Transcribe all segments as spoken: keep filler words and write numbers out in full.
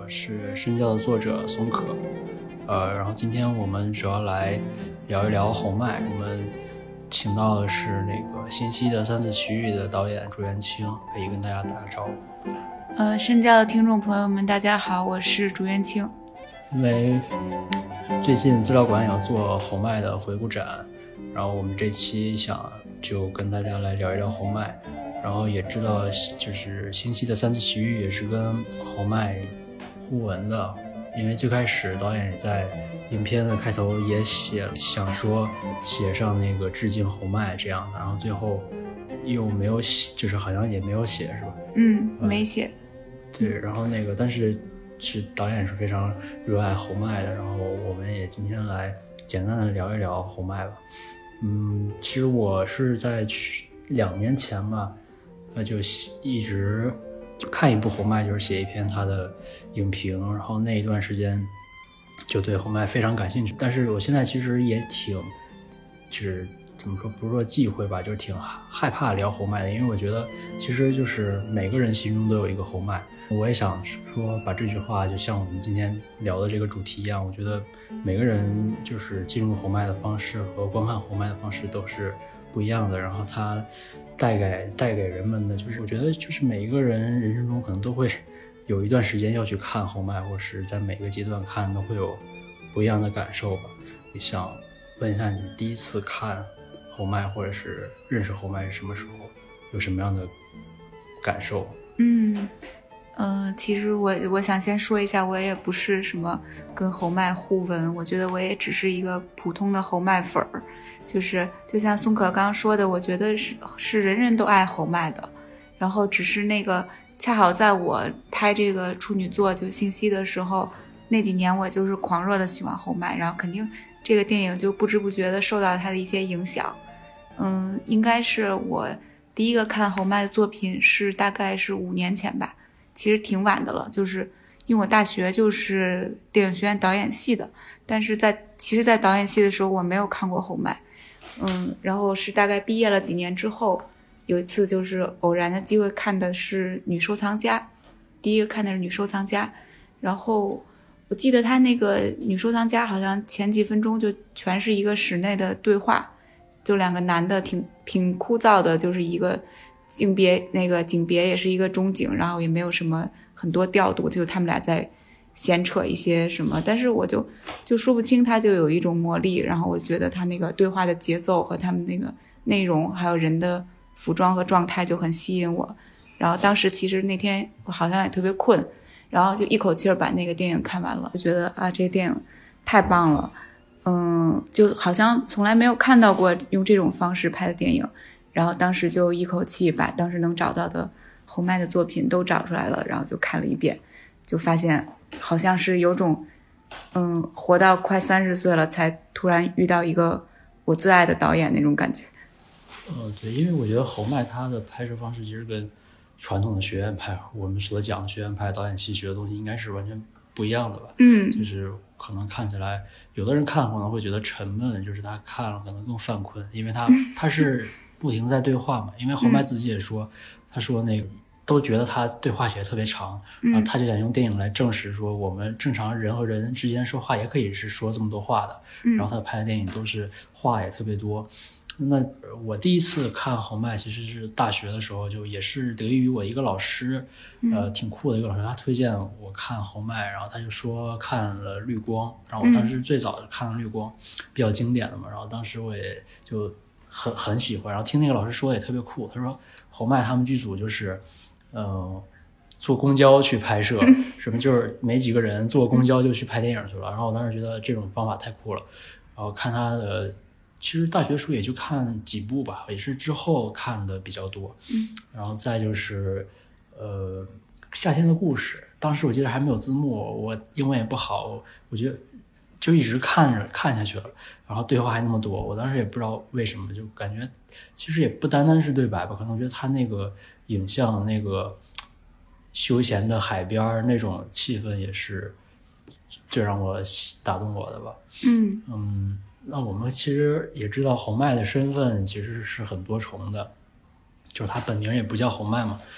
我是深教的作者松可，呃，然后今天我们主要来聊一聊红麦，我们请到的是那个新西的三次奇遇的导演朱元清，可以跟大家打个招呼。 呃，深教的听众朋友们，大家好，我是朱元清。 因为最近资料馆也要做红麦的回顾展，然后我们这期想就跟大家来聊一聊红麦，然后也知道就是新西的三次奇遇也是跟红麦互文的，因为最开始导演也在影片的开头也写想说写上那个致敬红麦这样的，然后最后又没有写，就是好像也没有写是吧？ 嗯，没写。 对，然后那个但是是导演是非常热爱红麦的，然后我们也今天来简单的聊一聊红麦吧。嗯，其实我是在去两年前吧，呃，就一直看一部红麦，就是写一篇他的影评，然后那一段时间就对红麦非常感兴趣。但是我现在其实也挺，就是怎么说，不是说忌讳吧，就是挺害怕聊红麦的，因为我觉得其实就是每个人心中都有一个红麦。我也想说把这句话就像我们今天聊的这个主题一样，我觉得每个人就是进入红麦的方式和观看红麦的方式都是不一样的，然后它带给带给人们的就是我觉得就是每一个人人生中可能都会有一段时间要去看红麦，或是在每个阶段看都会有不一样的感受吧。你想问一下你第一次看红麦或者是认识红麦是什么时候，有什么样的感受？ 嗯呃，其实我我想先说一下，我也不是什么跟红麦互文，我觉得我也只是一个普通的红麦粉儿，就是就像松可刚刚说的，我觉得是是人人都爱红麦的，然后只是那个恰好在我拍这个处女作就信息的时候，那几年我就是狂热的喜欢红麦，然后肯定这个电影就不知不觉的受到它的一些影响。嗯，应该是我第一个看红麦的作品是大概是五年前吧。其实挺晚的了，就是因为我大学就是电影学院导演系的，但是在其实在导演系的时候我没有看过红麦。嗯，然后是大概毕业了几年之后，有一次就是偶然的机会看的是女收藏家，第一个看的是女收藏家，然后我记得他那个女收藏家好像前几分钟就全是一个室内的对话，就两个男的挺挺枯燥的，就是一个景别那个景别也是一个中景，然后也没有什么很多调度，就他们俩在闲扯一些什么，但是我就就说不清，他就有一种魔力，然后我觉得他那个对话的节奏和他们那个内容还有人的服装和状态就很吸引我，然后当时其实那天我好像也特别困，然后就一口气儿把那个电影看完了，就觉得啊这个电影太棒了，嗯，就好像从来没有看到过用这种方式拍的电影，然后当时就一口气把当时能找到的红麦的作品都找出来了，然后就看了一遍，就发现好像是有种嗯，活到快三十岁了才突然遇到一个我最爱的导演那种感觉。 呃，对，因为我觉得红麦他的拍摄方式其实跟传统的学院派我们所讲的学院派导演系学的东西应该是完全不一样的吧。 嗯， 就是可能看起来有的人看可能会觉得沉闷，就是他看了可能更犯困，因为他他是不停在对话嘛，因为红麦自己也说、嗯、他说那个都觉得他对话写得特别长，然后他就想用电影来证实说我们正常人和人之间说话也可以是说这么多话的、嗯、然后他拍的电影都是话也特别多。那我第一次看红麦其实是大学的时候，就也是得益于我一个老师，呃，挺酷的一个老师，他推荐我看红麦，然后他就说看了绿光，然后我当时最早看了绿光，比较经典的嘛，然后当时我也就很很喜欢，然后听那个老师说的也特别酷，他说红麦他们剧组就是呃坐公交去拍摄，什么就是没几个人坐公交就去拍电影去了，然后我当时觉得这种方法太酷了，然后看他的其实大学书也就看几部吧，也是之后看的比较多。嗯，然后再就是呃夏天的故事，当时我记得还没有字幕，我英文也不好，我觉得就一直看着看下去了，然后对话还那么多，我当时也不知道为什么，就感觉其实也不单单是对白吧，可能我觉得他那个影像那个休闲的海边那种气氛也是最让我打动我的吧。 嗯嗯，那我们其实也知道红麦的身份其实是很多重的，就是他本名也不叫红麦嘛，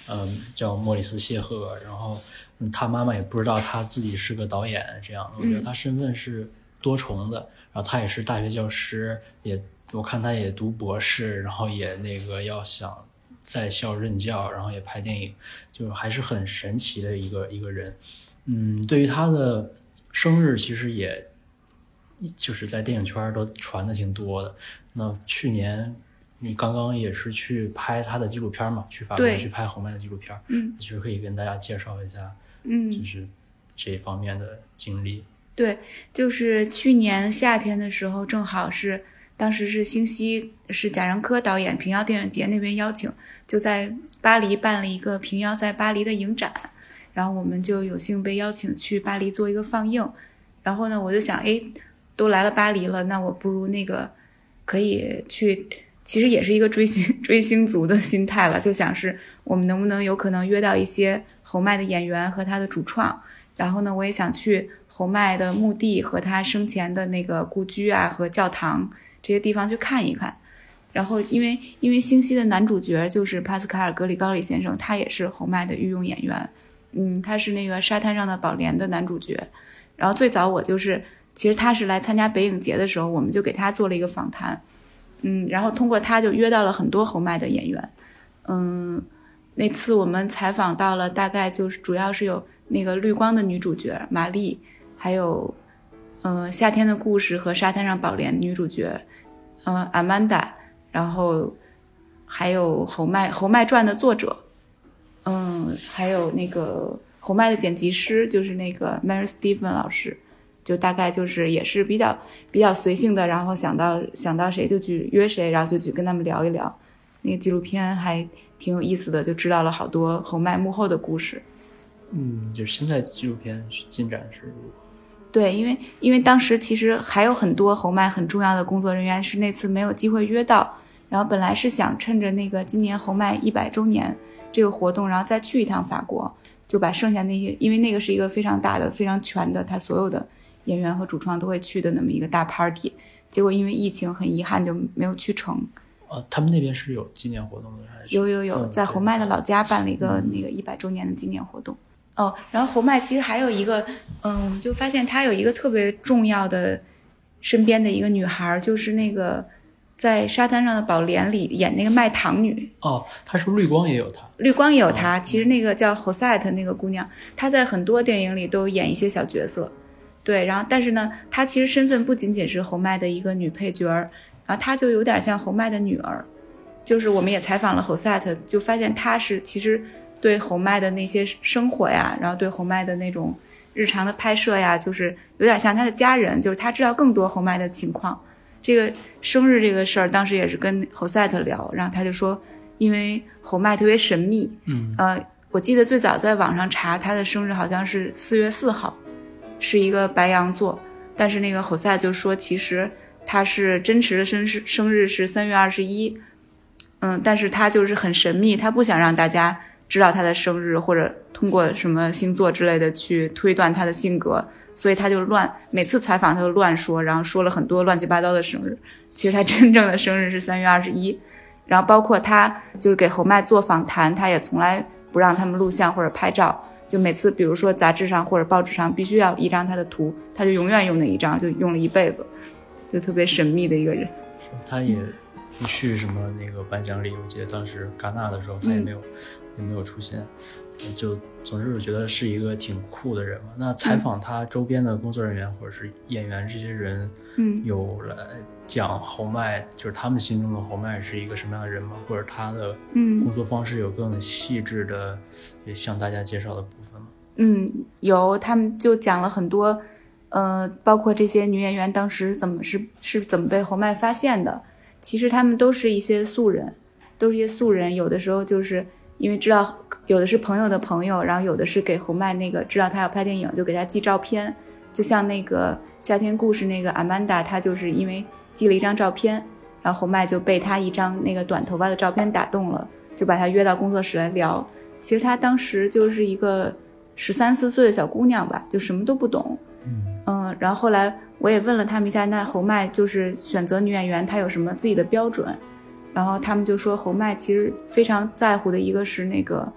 嗯，叫莫里斯谢赫，然后、嗯、他妈妈也不知道他自己是个导演这样的。我觉得他身份是多重的，然后他也是大学教师，也我看他也读博士，然后也那个要想在校任教，然后也拍电影，就还是很神奇的一个一个人。嗯，对于他的生日其实也就是在电影圈都传的挺多的。那去年你刚刚也是去拍他的纪录片嘛，去法国去拍侯麦的纪录片，嗯，其实可以跟大家介绍一下，嗯，就是这一方面的经历。 对，就是去年夏天的时候，正好是当时是星希是贾樟柯导演平遥电影节那边邀请，就在巴黎办了一个平遥在巴黎的影展，然后我们就有幸被邀请去巴黎做一个放映。然后呢，我就想，哎，都来了巴黎了，那我不如那个可以去。其实也是一个追星追星族的心态了，就想是我们能不能有可能约到一些侯麦的演员和他的主创，然后呢，我也想去侯麦的墓地和他生前的那个故居啊和教堂这些地方去看一看。然后因为因为星希的男主角就是帕斯卡尔·格里高里先生，他也是侯麦的御用演员，嗯，他是那个沙滩上的宝莲的男主角。然后最早我就是其实他是来参加北影节的时候，我们就给他做了一个访谈。嗯，然后通过他就约到了很多侯麦的演员。嗯，那次我们采访到了大概就是主要是有那个绿光的女主角玛丽，还有呃夏天的故事和沙滩上宝莲女主角呃阿曼达，然后还有侯麦侯麦传的作者，嗯，还有那个侯麦的剪辑师就是那个 Mary Stephen 老师。就大概就是也是比较比较随性的，然后想到想到谁就去约谁，然后就去跟他们聊一聊。那个纪录片还挺有意思的，就知道了好多侯麦幕后的故事。 嗯，就是现在纪录片进展是如何？ 对，因为因为当时其实还有很多侯麦很重要的工作人员是那次没有机会约到，然后本来是想趁着那个今年侯麦一百周年这个活动，然后再去一趟法国，就把剩下那些，因为那个是一个非常大的非常全的他所有的演员和主创都会去的那么一个大 party， 结果因为疫情很遗憾就没有去成。 呃，他们那边是有纪念活动的还是？ 有有有，在侯麦的老家办了一个、嗯、那个一百周年的纪念活动。哦，然后侯麦其实还有一个，嗯，我们就发现他有一个特别重要的身边的一个女孩，就是那个在沙滩上的宝莲里演那个卖糖女。 哦，她是绿光也有她， 绿光也有她、哦。其实那个叫 Josette 那个姑娘，她在很多电影里都演一些小角色。对，然后但是呢，她其实身份不仅仅是侯麦的一个女配角，然后她就有点像侯麦的女儿。就是我们也采访了 Josette， 就发现她是其实对侯麦的那些生活呀，然后对侯麦的那种日常的拍摄呀，就是有点像他的家人，就是他知道更多侯麦的情况。这个生日这个事儿，当时也是跟 Josette 聊，然后他就说，因为侯麦特别神秘， 嗯， 呃，我记得最早在网上查他的生日好像是四月四号。是一个白羊座，但是那个 Josette 就说其实他是真实的生日生日是三月二十一，嗯，但是他就是很神秘，他不想让大家知道他的生日，或者通过什么星座之类的去推断他的性格，所以他就乱每次采访他就乱说，然后说了很多乱七八糟的生日，其实他真正的生日是三月二十一。然后包括他就是给侯麦做访谈，他也从来不让他们录像或者拍照，就每次比如说杂志上或者报纸上必须要一张他的图，他就永远用那一张，就用了一辈子，就特别神秘的一个人。 是他也不去什么那个颁奖礼，我记得当时戛纳的时候他也没有、嗯、也没有出现，就总之我觉得是一个挺酷的人嘛。那采访他周边的工作人员或者是演员这些人，嗯，有来讲侯麦，就是他们心中的侯麦是一个什么样的人吗？或者他的工作方式有更细致的也向大家介绍的部分吗？ 嗯，有，他们就讲了很多，呃，包括这些女演员当时怎么是是怎么被侯麦发现的。其实他们都是一些素人，都是一些素人，有的时候就是因为知道，有的是朋友的朋友，然后有的是给侯麦那个知道他要拍电影就给他寄照片，就像那个夏天故事那个阿曼达，他就是因为寄了一张照片，然后侯麦就被他一张那个短头发的照片打动了，就把他约到工作室来聊。其实他当时就是一个十三四岁的小姑娘吧，就什么都不懂。嗯、呃、然后后来我也问了他们一下，那侯麦就是选择女演员他有什么自己的标准，然后他们就说侯麦其实非常在乎的一个是那个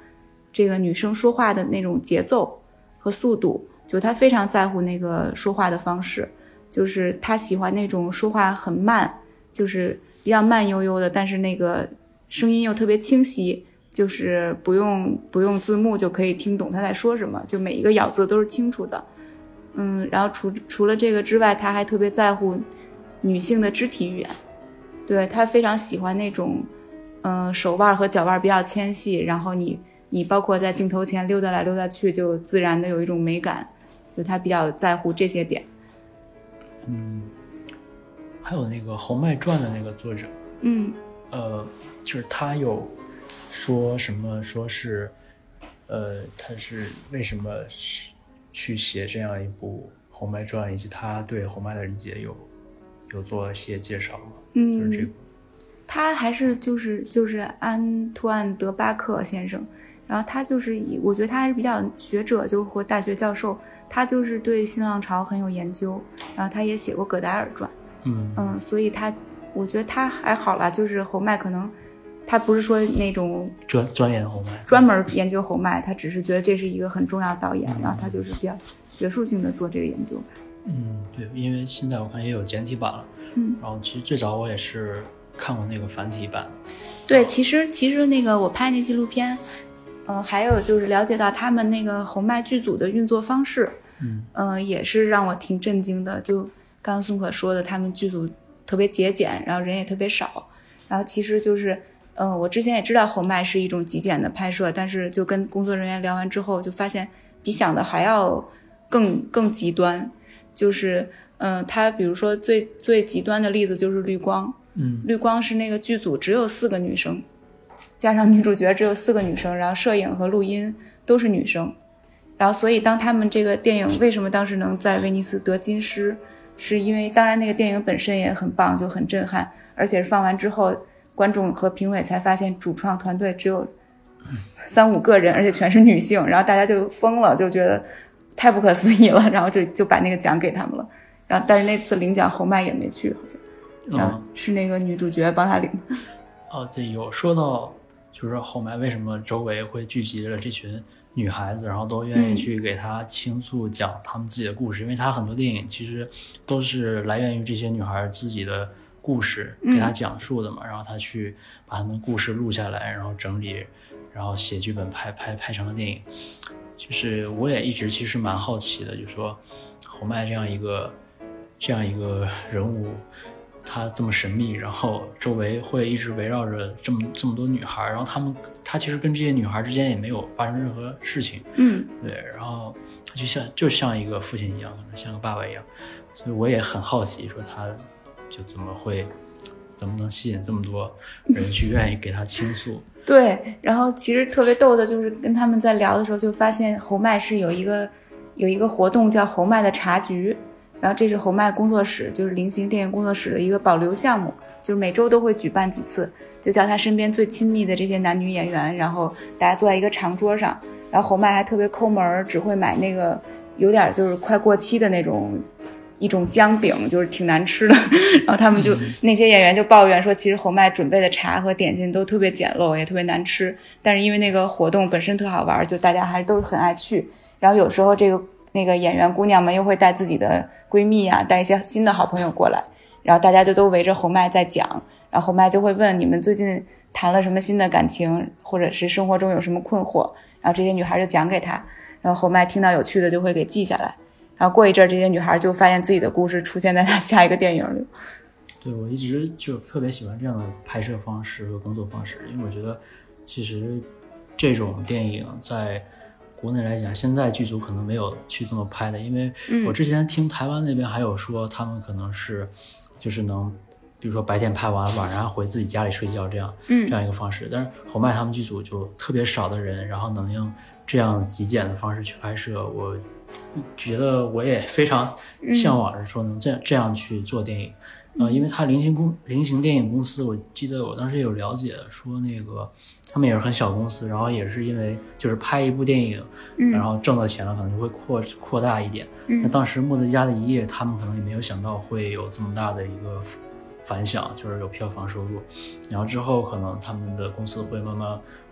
这个女生说话的那种节奏和速度，就他非常在乎那个说话的方式，就是他喜欢那种说话很慢，就是比较慢悠悠的，但是那个声音又特别清晰，就是不用不用字幕就可以听懂他在说什么，就每一个咬字都是清楚的。嗯，然后除除了这个之外，他还特别在乎女性的肢体语言，对，他非常喜欢那种嗯手腕和脚腕比较纤细，然后你你包括在镜头前溜达来溜达去就自然的有一种美感，就他比较在乎这些点。 嗯，还有那个《侯麦传》的那个作者， 嗯， 呃，就是他有说什么，说是，呃，他是为什么去写这样一部《侯麦传》，以及他对侯麦的理解有有做一些介绍吗？ 嗯， 就是这个， 他还是就是就是安图万·德巴克先生，然后他就是以我觉得他还是比较学者，就是或大学教授，他就是对新浪潮很有研究，然后他也写过葛达尔传， 嗯嗯，所以他我觉得他还好啦，就是侯麦可能他不是说那种专钻研侯麦， 专门研究侯麦，他只是觉得这是一个很重要的导演，嗯、然后他就是比较学术性的做这个研究。 嗯，对，因为现在我看也有简体版了， 嗯， 然后其实最早我也是看过那个繁体版的。 对，其实其实那个我拍那纪录片，嗯、呃，还有就是了解到他们那个侯麦剧组的运作方式， 嗯嗯、呃，也是让我挺震惊的。就刚刚宋可说的，他们剧组特别节俭，然后人也特别少，然后其实就是，嗯、呃，我之前也知道侯麦是一种极简的拍摄，但是就跟工作人员聊完之后，就发现比想的还要更更极端。就是，嗯、呃，他比如说最最极端的例子就是绿光， 嗯， 绿光是那个剧组只有四个女生，加上女主角只有四个女生，然后摄影和录音都是女生，然后所以当他们这个电影为什么当时能在威尼斯得金狮，是因为当然那个电影本身也很棒，就很震撼，而且放完之后观众和评委才发现主创团队只有三五个人，而且全是女性，然后大家就疯了，就觉得太不可思议了，然后就就把那个奖给他们了。然后但是那次领奖侯麦也没去，好像，然后是那个女主角帮他领。 哦，对，有说到就是侯麦为什么周围会聚集了这群女孩子，然后都愿意去给他倾诉讲他们自己的故事，嗯、因为他很多电影其实都是来源于这些女孩自己的故事给他讲述的嘛，嗯、然后他去把他们故事录下来，然后整理，然后写剧本拍拍拍成了电影。就是我也一直其实蛮好奇的，就是说侯麦这样一个这样一个人物，他这么神秘，然后周围会一直围绕着这么这么多女孩，然后他们他其实跟这些女孩之间也没有发生任何事情， 嗯， 对，然后他就像就像一个父亲一样，可能像个爸爸一样，所以我也很好奇，说他就怎么会怎么能吸引这么多人去愿意给他倾诉。 对，然后其实特别逗的就是跟他们在聊的时候就发现侯麦是有一个有一个活动叫侯麦的茶局，然后这是侯麦工作室，就是菱形电影工作室的一个保留项目，就是每周都会举办几次，就叫他身边最亲密的这些男女演员，然后大家坐在一个长桌上，然后侯麦还特别抠门，只会买那个有点就是快过期的那种一种姜饼，就是挺难吃的，然后他们就、嗯、那些演员就抱怨说，其实侯麦准备的茶和点心都特别简陋，也特别难吃，但是因为那个活动本身特好玩，就大家还都很爱去。然后有时候这个那个演员姑娘们又会带自己的闺蜜啊，带一些新的好朋友过来，然后大家就都围着侯麦在讲，然后侯麦就会问你们最近谈了什么新的感情，或者是生活中有什么困惑，然后这些女孩就讲给他，然后侯麦听到有趣的就会给记下来。然后过一阵这些女孩就发现自己的故事出现在她下一个电影里。 对，我一直就特别喜欢这样的拍摄方式和工作方式，因为我觉得其实这种电影在国内来讲，现在剧组可能没有去这么拍的，因为我之前听台湾那边还有说他们可能是就是能比如说白天拍完晚上回自己家里睡觉这样、嗯、这样一个方式，但是侯麦他们剧组就特别少的人，然后能用这样极简的方式去拍摄，我觉得我也非常向往着说能这样这样去做电影，呃，因为他菱形公菱形电影公司，我记得我当时有了解说那个他们也是很小公司，然后也是因为就是拍一部电影，嗯、然后挣到钱了，可能就会扩扩大一点。嗯、那当时莫德加的一夜，他们可能也没有想到会有这么大的一个反响，就是有票房收入，然后之后可能他们的公司会慢慢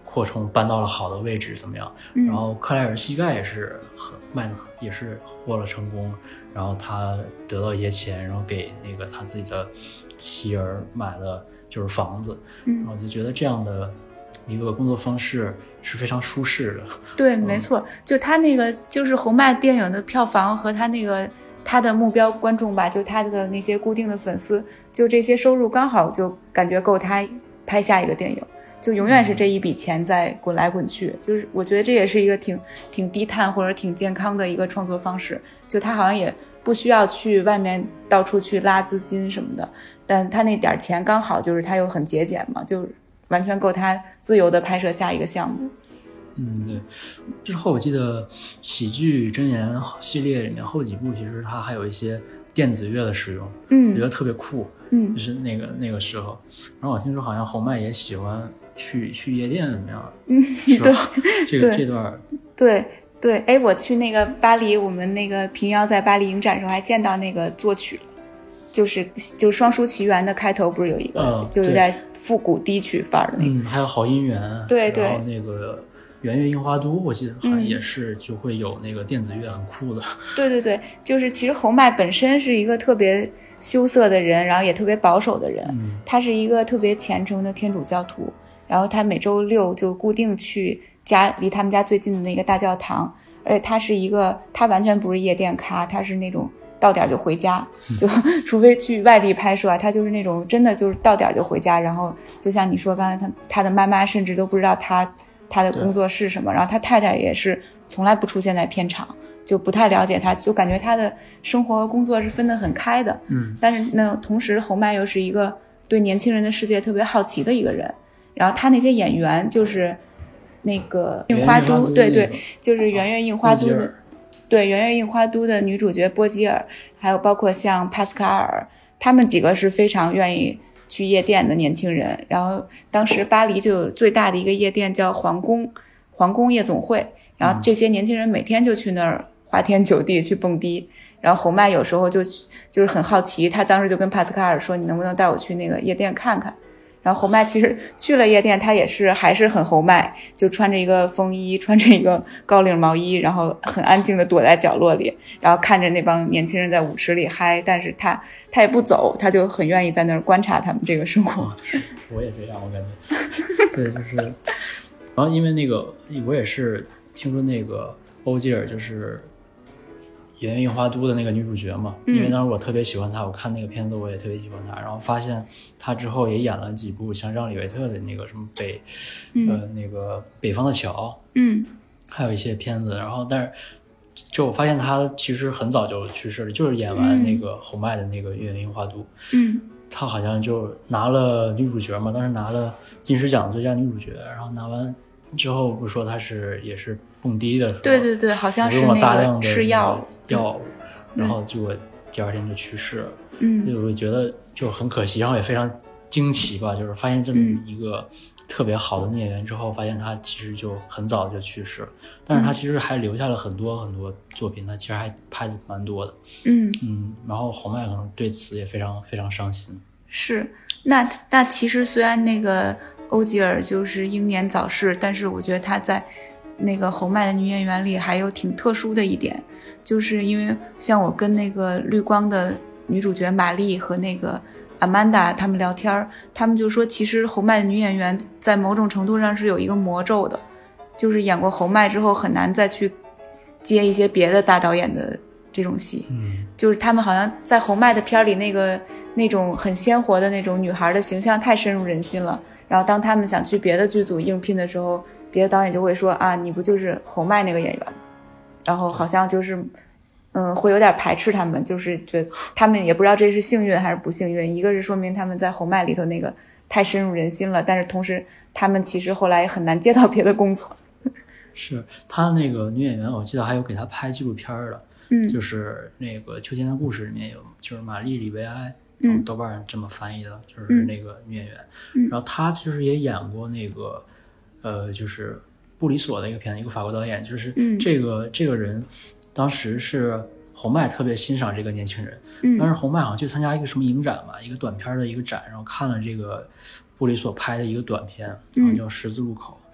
扩充搬到了好的位置怎么样， 嗯、 然后克莱尔膝盖也是很卖的也是获了成功，然后他得到一些钱，然后给那个他自己的妻儿买了就是房子， 嗯， 然后就觉得这样的一个工作方式是非常舒适的。 对，没错，就他那个就是侯麦电影的票房和他那个他的目标观众吧，就他的那些固定的粉丝，就这些收入刚好就感觉够他拍下一个电影，就永远是这一笔钱在滚来滚去。就是我觉得这也是一个挺挺低碳或者挺健康的一个创作方式，就他好像也不需要去外面到处去拉资金什么的，但他那点钱刚好就是他又很节俭嘛，就完全够他自由的拍摄下一个项目。 嗯，对。之后我记得喜剧箴言系列里面后几部其实它还有一些电子乐的使用， 嗯， 我觉得特别酷。 嗯， 就是那个那个时候，然后我听说好像侯麦也喜欢去去夜店怎么样？ 嗯， 是吧？这个对这段， 对对，哎，我去那个巴黎，我们那个平遥在巴黎影展的时候还见到那个作曲了，就是就是《双姝奇缘》的开头不是有一个， 嗯、 就有点复古低曲范儿的那个， 嗯，还有好姻缘， 对对， 然后那个圆月樱花都，我记得好像也是就会有那个电子乐，很酷的。 对对对，就是其实侯麦本身是一个特别羞涩的人，然后也特别保守的人， 嗯， 他是一个特别虔诚的天主教徒，然后他每周六就固定去家离他们家最近的那个大教堂，而且他是一个他完全不是夜店咖，他是那种到点就回家，就除非去外地拍摄，他就是那种真的就是到点就回家，然后就像你说刚才他他的妈妈甚至都不知道他他的工作是什么，然后他太太也是从来不出现在片场，就不太了解他，就感觉他的生活和工作是分得很开的。 嗯， 但是呢，同时侯麦又是一个对年轻人的世界特别好奇的一个人，然后他那些演员就是那个映花都，对对，就是圆月映花都的，对圆月映花都的女主角波吉尔，还有包括像帕斯卡尔，他们几个是非常愿意去夜店的年轻人。然后当时巴黎就有最大的一个夜店叫皇宫皇宫夜总会，然后这些年轻人每天就去那儿花天酒地去蹦迪，然后侯麦有时候就就是很好奇，他当时就跟帕斯卡尔说你能不能带我去那个夜店看看，然后侯麦其实去了夜店，他也是还是很侯麦，就穿着一个风衣，穿着一个高领毛衣，然后很安静的躲在角落里，然后看着那帮年轻人在舞池里嗨，但是他他也不走，他就很愿意在那儿观察他们这个生活。 哦、是我也这样，我感觉对，就是然后因为那个我也是听说那个欧吉尔就是圆月映花都的那个女主角嘛， 嗯、 因为当时我特别喜欢她，我看那个片子我也特别喜欢她，然后发现她之后也演了几部像让·里维特的那个什么北、 嗯、 呃那个北方的桥， 嗯， 还有一些片子，然后但是就我发现她其实很早就去世了，就是演完那个侯麦的那个圆月映花都， 嗯， 她好像就拿了女主角嘛，当时拿了金狮奖最佳女主角，然后拿完之后不是说她是也是蹦迪的时候， 对对对，好像是用了大量的吃药药，然后结果第二天就去世了。 嗯， 所以我觉得就很可惜，然后也非常惊奇吧，就是发现这么一个特别好的女演员之后，发现她其实就很早就去世了，但是她其实还留下了很多很多作品，她其实还拍的蛮多的。 嗯嗯，然后侯麦可能对此也非常非常伤心。 是，那那其实虽然那个欧吉尔就是英年早逝，但是我觉得她在那个侯麦的女演员里还有挺特殊的一点，就是因为像我跟那个绿光的女主角玛丽和那个阿曼达他们聊天，他们就说其实侯麦的女演员在某种程度上是有一个魔咒的，就是演过侯麦之后很难再去接一些别的大导演的这种戏。 嗯， 就是他们好像在侯麦的片里那个那种很鲜活的那种女孩的形象太深入人心了，然后当他们想去别的剧组应聘的时候，别的导演就会说啊，你不就是侯麦那个演员吗？然后好像就是嗯，会有点排斥他们，就是觉得他们也不知道这是幸运还是不幸运，一个是说明他们在侯麦里头那个太深入人心了，但是同时他们其实后来也很难接到别的工作。 是他那个女演员我记得还有给他拍纪录片的， 嗯， 就是那个秋天的故事里面有，就是玛丽里维埃， 嗯， 豆瓣这么翻译的，就是那个女演员， 嗯， 然后她其实也演过那个呃就是布里索的一个片子，一个法国导演，就是这个、嗯、这个人当时是侯麦特别欣赏这个年轻人， 嗯， 当时侯麦好像去参加一个什么影展吧，一个短片的一个展，然后看了这个布里索拍的一个短片，然后叫十字路口，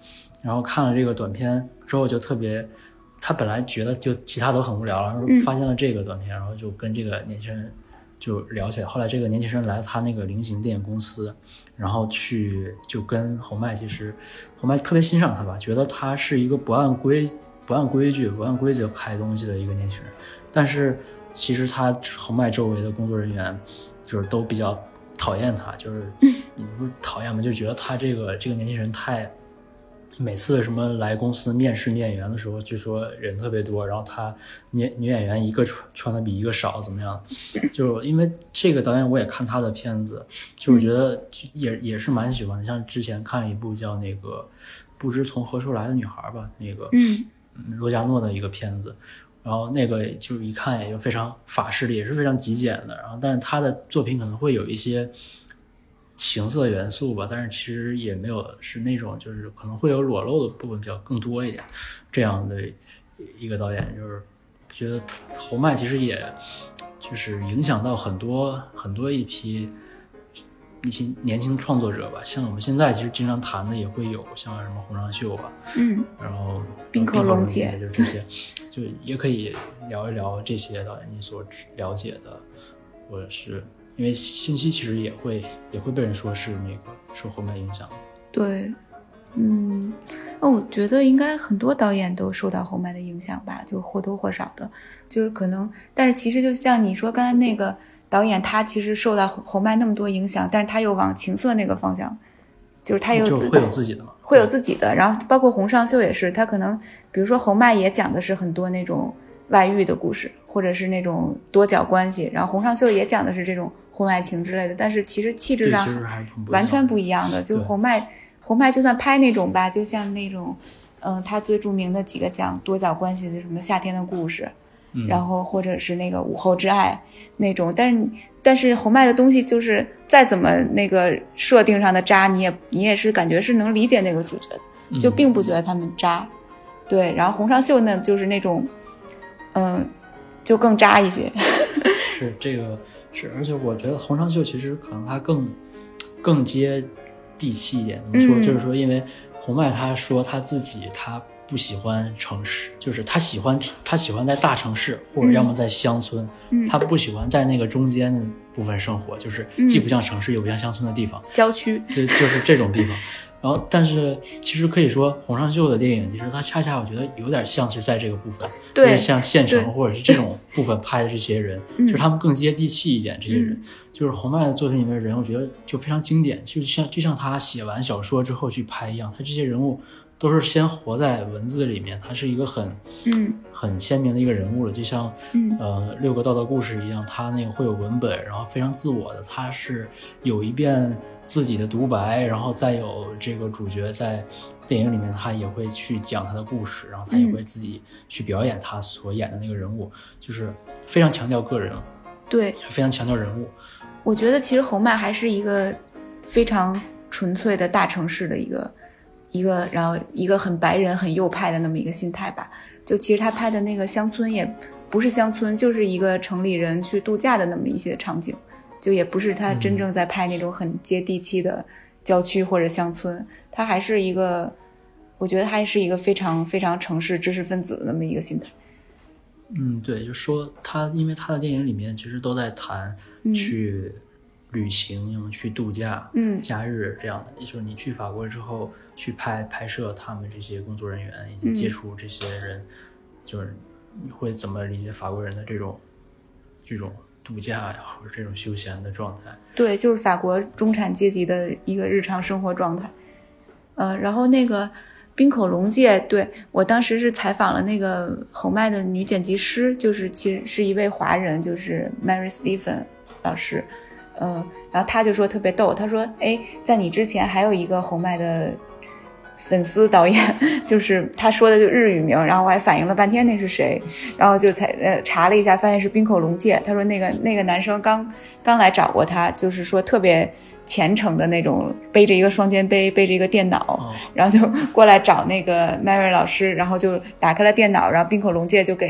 然后看了这个短片之后就特别，他本来觉得就其他都很无聊了，然后发现了这个短片，然后就跟这个年轻人就聊起来。后来这个年轻人来他那个菱形电影公司，然后去就跟侯麦，其实侯麦特别欣赏他吧，觉得他是一个不按规不按规矩不按规则拍东西的一个年轻人，但是其实他侯麦周围的工作人员就是都比较讨厌他，就是你不是讨厌吗？就觉得他这个这个年轻人太，每次什么来公司面试女演员的时候，据说人特别多，然后他女女演员一个穿穿的比一个少，怎么样？就因为这个导演我也看他的片子，就我觉得也也是蛮喜欢的。像之前看一部叫那个不知从何处来的女孩吧，那个嗯罗加诺的一个片子。然后那个就一看也就非常法式的，也是非常极简的。然后，但是他的作品可能会有一些情色元素吧，但是其实也没有是那种，就是可能会有裸露的部分比较更多一点。这样的一个导演，就是觉得侯麦其实也就是影响到很多很多一批一些年轻创作者吧，像我们现在其实经常谈的也会有像什么洪尚秀吧， 嗯， 然后滨口龙介， 就这些，就也可以聊一聊这些导演你所了解的，或者是因为信息其实也会也会被人说是那个受侯麦影响。 对，嗯，那我觉得应该很多导演都受到侯麦的影响吧，就或多或少的，就是可能，但是其实就像你说刚才那个导演，他其实受到侯麦那么多影响，但是他又往情色那个方向，就是他有就会有自己的嘛， 会有自己的。然后包括洪尚秀也是，他可能比如说侯麦也讲的是很多那种外遇的故事，或者是那种多角关系，然后洪尚秀也讲的是这种婚外情之类的，但是其实气质上完全不一样的。就侯麦，侯麦就算拍那种吧，就像那种，嗯，他最著名的几个讲多角关系的，什么夏天的故事。然后或者是那个午后之爱那种，但是但是侯麦的东西就是再怎么那个设定上的渣，你也你也是感觉是能理解那个主角的，就并不觉得他们渣。嗯、对，然后洪尚秀呢就是那种嗯就更渣一些。 是这个是，而且我觉得洪尚秀其实可能他更更接地气一点。怎么说？嗯、就是说，因为侯麦他说他自己他不喜欢城市，就是他喜欢他喜欢在大城市，或者要么在乡村，嗯、他不喜欢在那个中间的部分生活，就是既不像城市又不像乡村的地方， 郊区， 对，就是这种地方。然后，但是其实可以说，洪尚秀的电影其实他恰恰我觉得有点像是在这个部分， 对， 像县城或者是这种部分拍的这些人，就是他们更接地气一点。这些人， 嗯、 就是侯麦的作品里面的人，我觉得就非常经典，就像就像他写完小说之后去拍一样，他这些人物都是先活在文字里面，他是一个很嗯很鲜明的一个人物了，就像嗯呃六个道德故事一样，他那个会有文本，然后非常自我的，他是有一遍自己的独白，然后再有这个主角在电影里面他也会去讲他的故事，然后他也会自己去表演他所演的那个人物，嗯、就是非常强调个人， 对， 非常强调人物。 我觉得其实侯麦还是一个非常纯粹的大城市的一个一个然后一个很白人很右派的那么一个心态吧。就其实他拍的那个乡村也不是乡村，就是一个城里人去度假的那么一些场景，就也不是他真正在拍那种很接地气的郊区或者乡村，嗯、他还是一个我觉得还是一个非常非常城市知识分子的那么一个心态。 嗯，对，就说他因为他的电影里面其实都在谈去旅行，要么、嗯、去度假， 嗯， 假日这样的，就是你去法国之后去拍拍摄他们这些工作人员以及接触这些人，嗯、就是你会怎么理解法国人的这种这种度假呀，或者这种休闲的状态？ 对，就是法国中产阶级的一个日常生活状态。呃，然后那个滨口龙介，对，我当时是采访了那个侯麦的女剪辑师，就是其实是一位华人，就是 Mary Stephen 老师。嗯，然后他就说特别逗，他说哎，在你之前还有一个侯麦的粉丝导演，就是他说的就日语名，然后我还反应了半天那是谁，然后就才呃查了一下，发现是滨口龙介。他说那个那个男生刚刚来找过他，就是说特别虔诚的那种，背着一个双肩背，背着一个电脑， 哦、 然后就过来找那个 Mary 老师，然后就打开了电脑，然后滨口龙介就给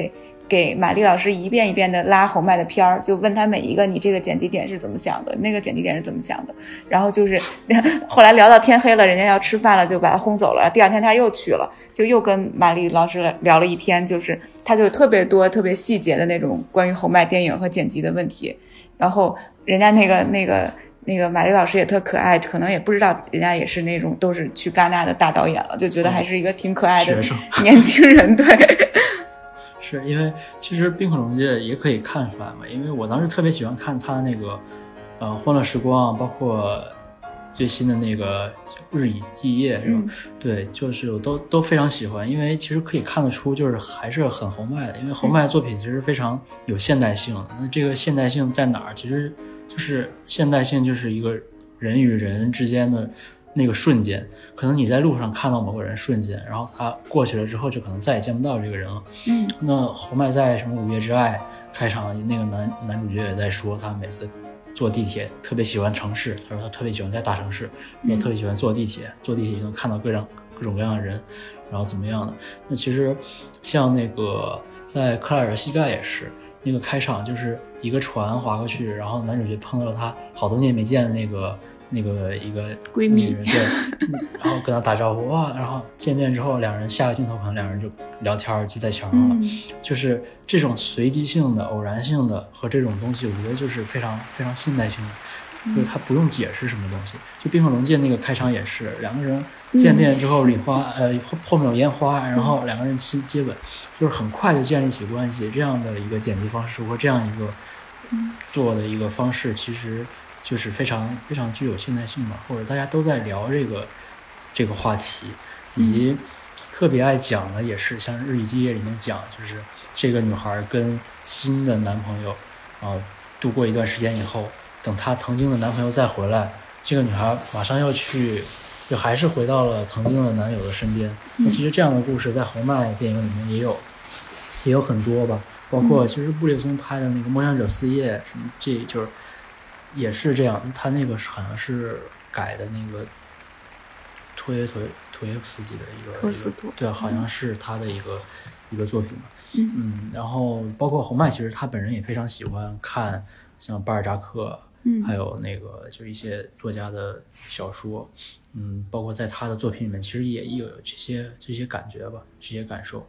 给玛丽老师一遍一遍的拉侯麦的片儿，就问他每一个你这个剪辑点是怎么想的，那个剪辑点是怎么想的。然后就是后来聊到天黑了，人家要吃饭了，就把他轰走了。第二天他又去了，就又跟玛丽老师聊了一天，就是他就特别多特别细节的那种关于侯麦电影和剪辑的问题。然后人家那个那个那个玛丽老师也特可爱，可能也不知道人家也是那种都是去戛纳的大导演了，就觉得还是一个挺可爱的年轻人。对。 是因为其实冰可龙介也可以看出来嘛，因为我当时特别喜欢看他那个呃欢乐时光，包括最新的那个日以继夜是吧、嗯、对，就是我都都非常喜欢，因为其实可以看得出就是还是很侯麦的，因为侯麦作品其实非常有现代性的、嗯、那这个现代性在哪儿，其实就是现代性就是一个人与人之间的那个瞬间，可能你在路上看到某个人瞬间，然后他过去了之后就可能再也见不到这个人了。 嗯， 那侯麦在什么午夜之爱开场，那个男男主角也在说他每次坐地铁特别喜欢城市，他说他特别喜欢在大城市，也特别喜欢坐地铁，坐地铁就能看到各种各种各样的人，然后怎么样的。那其实像那个在克莱尔的膝盖也是，那个开场就是一个船划过去，然后男主角碰到了他好多年没见的那个那个一个闺蜜， 对，然后跟他打招呼哇，然后见面之后两人下个镜头可能两人就聊天就在桥上了、嗯、就是这种随机性的偶然性的和这种东西，我觉得就是非常非常现代性的、嗯、就是他不用解释什么东西。就冰火龙界那个开场也是两个人见面之后礼花、嗯、呃后面有烟花，然后两个人亲接吻，就是很快就建立起关系，这样的一个剪辑方式或这样一个做的一个方式，其实就是非常非常具有现代性嘛，或者大家都在聊这个这个话题，以及特别爱讲的也是像日以继夜里面讲，就是这个女孩跟新的男朋友啊度过一段时间以后，等她曾经的男朋友再回来，这个女孩马上要去就还是回到了曾经的男友的身边。那其实这样的故事在侯麦电影里面也有也有很多吧，包括其实布列松拍的那个梦想者四叶什么，这就是也是这样，他那个好像是改的那个托耶托托耶夫斯基的一个， 托斯托， 对，好像是他的一个、嗯、一个作品嘛。 嗯嗯，然后包括侯麦，其实他本人也非常喜欢看像巴尔扎克， 嗯， 还有那个就一些作家的小说，嗯，包括在他的作品里面，其实也有这些这些感觉吧，这些感受。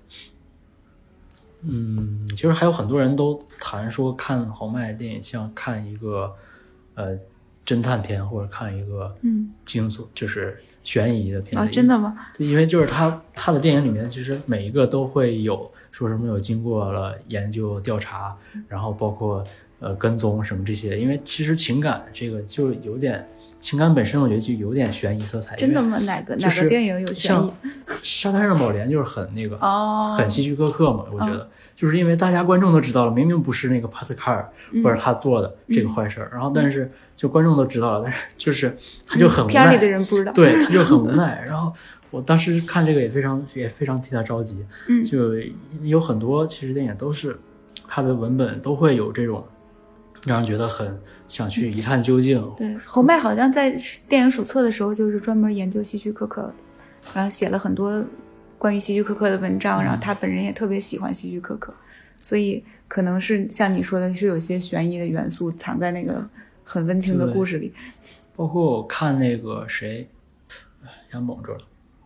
嗯，其实还有很多人都谈说看侯麦的电影像看一个呃侦探片，或者看一个嗯惊悚、嗯、就是悬疑的片啊、哦，真的吗？ 因为就是他他的电影里面其实每一个都会有说什么有经过了研究调查，然后包括呃跟踪什么这些，因为其实情感这个就有点情感本身我觉得就有点悬疑色彩。 真的吗？哪个、就是、哪个电影有悬疑？ 沙滩上宝莲就是很那个哦， 很希区柯克嘛，我觉得、哦、就是因为大家观众都知道了，明明不是那个帕斯卡尔、嗯、或者他做的这个坏事、嗯、然后但是就观众都知道了，但是就是他就很无奈、嗯、 片里的人不知道， 对，他就很无奈然后我当时看这个也非常也非常替他着急， 嗯， 就有很多其实电影都是他的文本都会有这种让人觉得很想去一探究竟。 对，侯麦好像在电影手册的时候就是专门研究希区柯克，然后写了很多关于希区柯克的文章，然后他本人也特别喜欢希区柯克，所以可能是像你说的是有些悬疑的元素藏在那个很温情的故事里。 包括我看那个谁让蒙着了，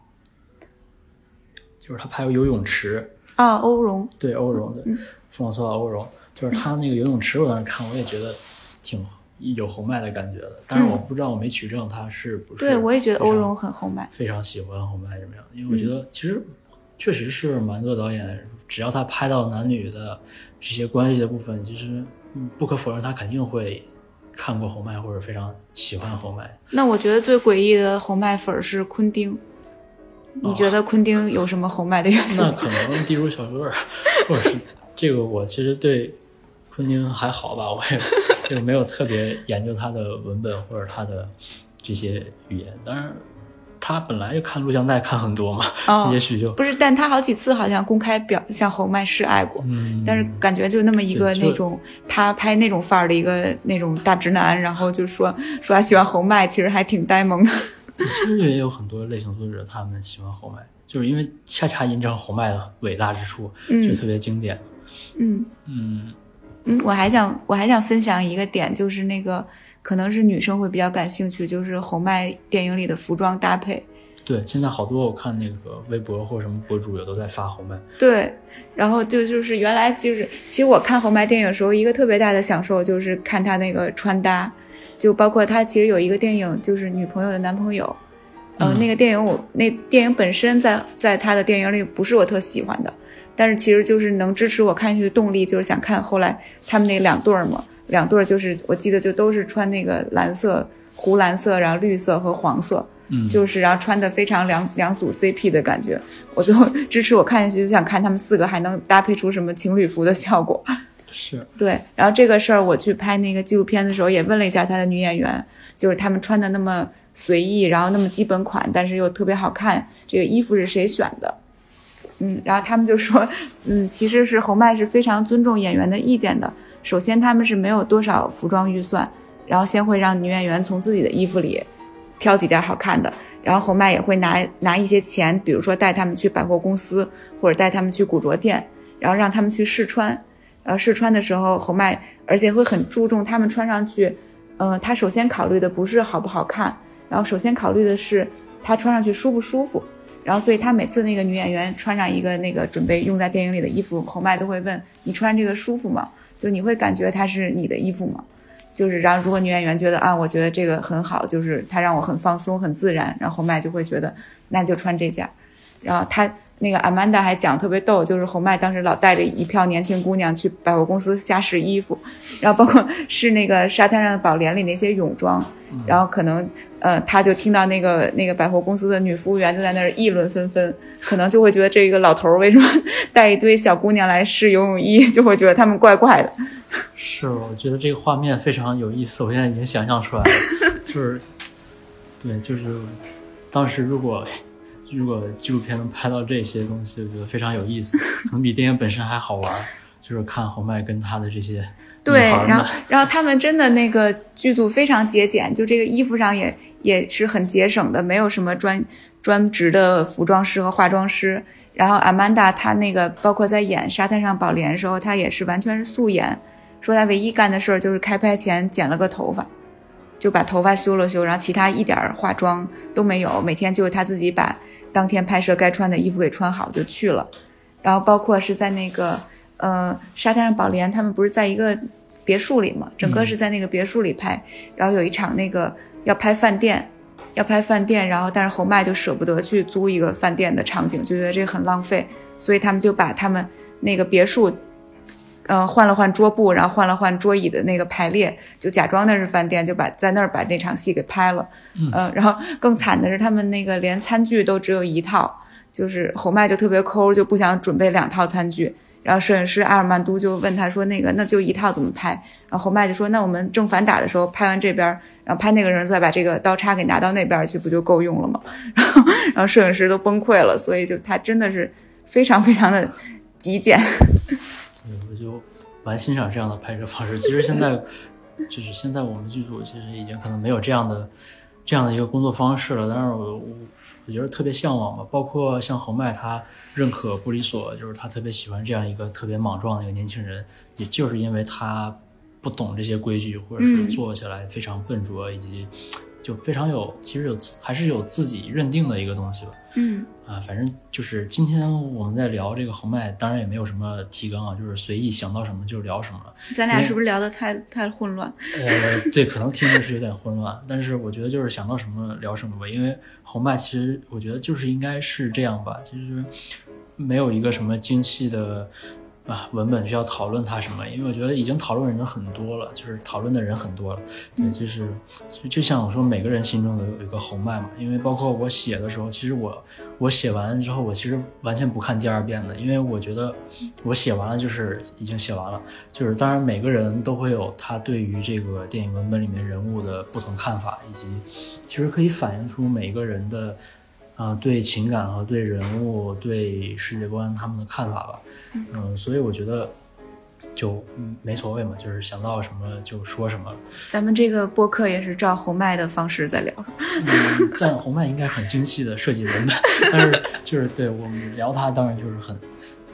就是他拍过游泳池啊，欧荣， 对，欧荣的弗朗索瓦欧荣，就是他那个游泳池我当时看我也觉得挺有侯麦的感觉的，但是我不知道，我没取证他是不是、 嗯、对，我也觉得欧荣很侯麦， 非常喜欢侯麦怎么样，因为我觉得其实确实是蛮多导演只要他拍到男女的这些关系的部分，其实不可否认他肯定会看过侯麦或者非常喜欢侯麦。 那我觉得最诡异的侯麦粉是昆汀，你觉得昆汀有什么侯麦的元素？ 那可能地主小哥或者是这个我其实对昆汀还好吧，我也就没有特别研究他的文本或者他的这些语言，当然他本来就看录像带看很多嘛、哦、也许就不是，但他好几次好像公开表向侯麦示爱过、嗯、但是感觉就那么一个那种他拍那种范儿的一个那种大直男，然后就说说他喜欢侯麦，其实还挺呆萌的。 其实也有很多类型作者他们喜欢侯麦，就是因为恰恰印证侯麦的伟大之处、嗯、就特别经典。 嗯嗯嗯，我还想我还想分享一个点，就是那个可能是女生会比较感兴趣，就是侯麦电影里的服装搭配。 对，现在好多我看那个微博或者什么博主有都在发侯麦。 对，然后就就是原来就是其实我看侯麦电影的时候，一个特别大的享受就是看他那个穿搭，就包括他其实有一个电影就是女朋友的男朋友，呃， 嗯、 那个电影我那电影本身在在他的电影里不是我特喜欢的，但是其实就是能支持我看下去的动力，就是想看后来他们那两对儿嘛，两对儿就是我记得就都是穿那个蓝色、湖蓝色，然后绿色和黄色。 嗯， 就是然后穿的非常两两组 C P 的感觉，我就支持我看下去，就想看他们四个还能搭配出什么情侣服的效果。 是， 对。然后这个事儿我去拍那个纪录片的时候也问了一下他的女演员，就是他们穿的那么随意，然后那么基本款，但是又特别好看，这个衣服是谁选的？嗯，然后他们就说，嗯，其实是侯麦是非常尊重演员的意见的。首先他们是没有多少服装预算，然后先会让女演员从自己的衣服里挑几件好看的，然后侯麦也会拿拿一些钱，比如说带他们去百货公司或者带他们去古着店，然后让他们去试穿，然后试穿的时候侯麦而且会很注重他们穿上去，呃，他首先考虑的不是好不好看，然后首先考虑的是他穿上去舒不舒服，然后所以他每次那个女演员穿上一个那个准备用在电影里的衣服，侯麦都会问你穿这个舒服吗？就你会感觉它是你的衣服吗？就是然后如果女演员觉得啊，我觉得这个很好，就是她让我很放松很自然，然后侯麦就会觉得那就穿这件。然后她那个 Amanda 还讲特别逗，就是侯麦当时老带着一票年轻姑娘去百货公司瞎试衣服，然后包括试那个沙滩上的宝莲里那些泳装，然后可能呃他就听到那个那个百货公司的女服务员就在那儿议论纷纷，可能就会觉得这个老头为什么带一堆小姑娘来试游泳衣，就会觉得他们怪怪的。 是，我觉得这个画面非常有意思，我现在已经想象出来了，就是对，就是当时如果如果纪录片能拍到这些东西，我觉得非常有意思，可能比电影本身还好玩，就是看侯麦跟他的这些对，然后然后他们真的那个剧组非常节俭，就这个衣服上也也是很节省的，没有什么专专职的服装师和化妆师。然后阿曼达她那个包括在演沙滩上宝莲的时候，她也是完全是素颜，说她唯一干的事儿就是开拍前剪了个头发，就把头发修了修，然后其他一点化妆都没有，每天就是她自己把当天拍摄该穿的衣服给穿好就去了。然后包括是在那个呃沙滩上宝莲，他们不是在一个别墅里嘛，整个是在那个别墅里拍，嗯、然后有一场那个要拍饭店要拍饭店，然后但是侯麦就舍不得去租一个饭店的场景，就觉得这很浪费，所以他们就把他们那个别墅呃换了换桌布，然后换了换桌椅的那个排列，就假装那是饭店，就把在那儿把这场戏给拍了。嗯、呃，然后更惨的是他们那个连餐具都只有一套，就是侯麦就特别抠，就不想准备两套餐具，然后摄影师阿尔曼都就问他说那个那就一套怎么拍，然后侯麦就说那我们正反打的时候拍完这边，然后拍那个人再把这个刀叉给拿到那边去，不就够用了吗？然后然后摄影师都崩溃了，所以就他真的是非常非常的极简。 对，我就蛮欣赏这样的拍摄方式。其实现在就是现在我们剧组其实已经可能没有这样的这样的一个工作方式了，但是我我我觉得特别向往吧。包括像侯麦他认可布里索，就是他特别喜欢这样一个特别莽撞的一个年轻人，也就是因为他不懂这些规矩，或者是做起来非常笨拙，以及就非常有其实有还是有自己认定的一个东西吧。 嗯啊，反正就是今天我们在聊这个侯麦，当然也没有什么提纲啊，就是随意想到什么就聊什么。 咱俩是不是聊得太太混乱？ 呃，对，可能听着是有点混乱，但是我觉得就是想到什么聊什么吧。因为侯麦其实我觉得就是应该是这样吧，就是没有一个什么精细的啊文本需要讨论它什么，因为我觉得已经讨论人很多了，就是讨论的人很多了。对，就是就就像我说，每个人心中的有一个侯麦嘛。因为包括我写的时候，其实我我写完之后，我其实完全不看第二遍的，因为我觉得我写完了就是已经写完了。就是当然每个人都会有他对于这个电影文本里面人物的不同看法，以及其实可以反映出每个人的啊、呃，对情感和对人物、对世界观他们的看法吧。嗯，所以我觉得就嗯没所谓嘛，就是想到什么就说什么。 咱们这个播客也是照侯麦的方式在聊。 嗯，但侯麦应该很精细的设计文本，但是就是对我们聊他当然就是很比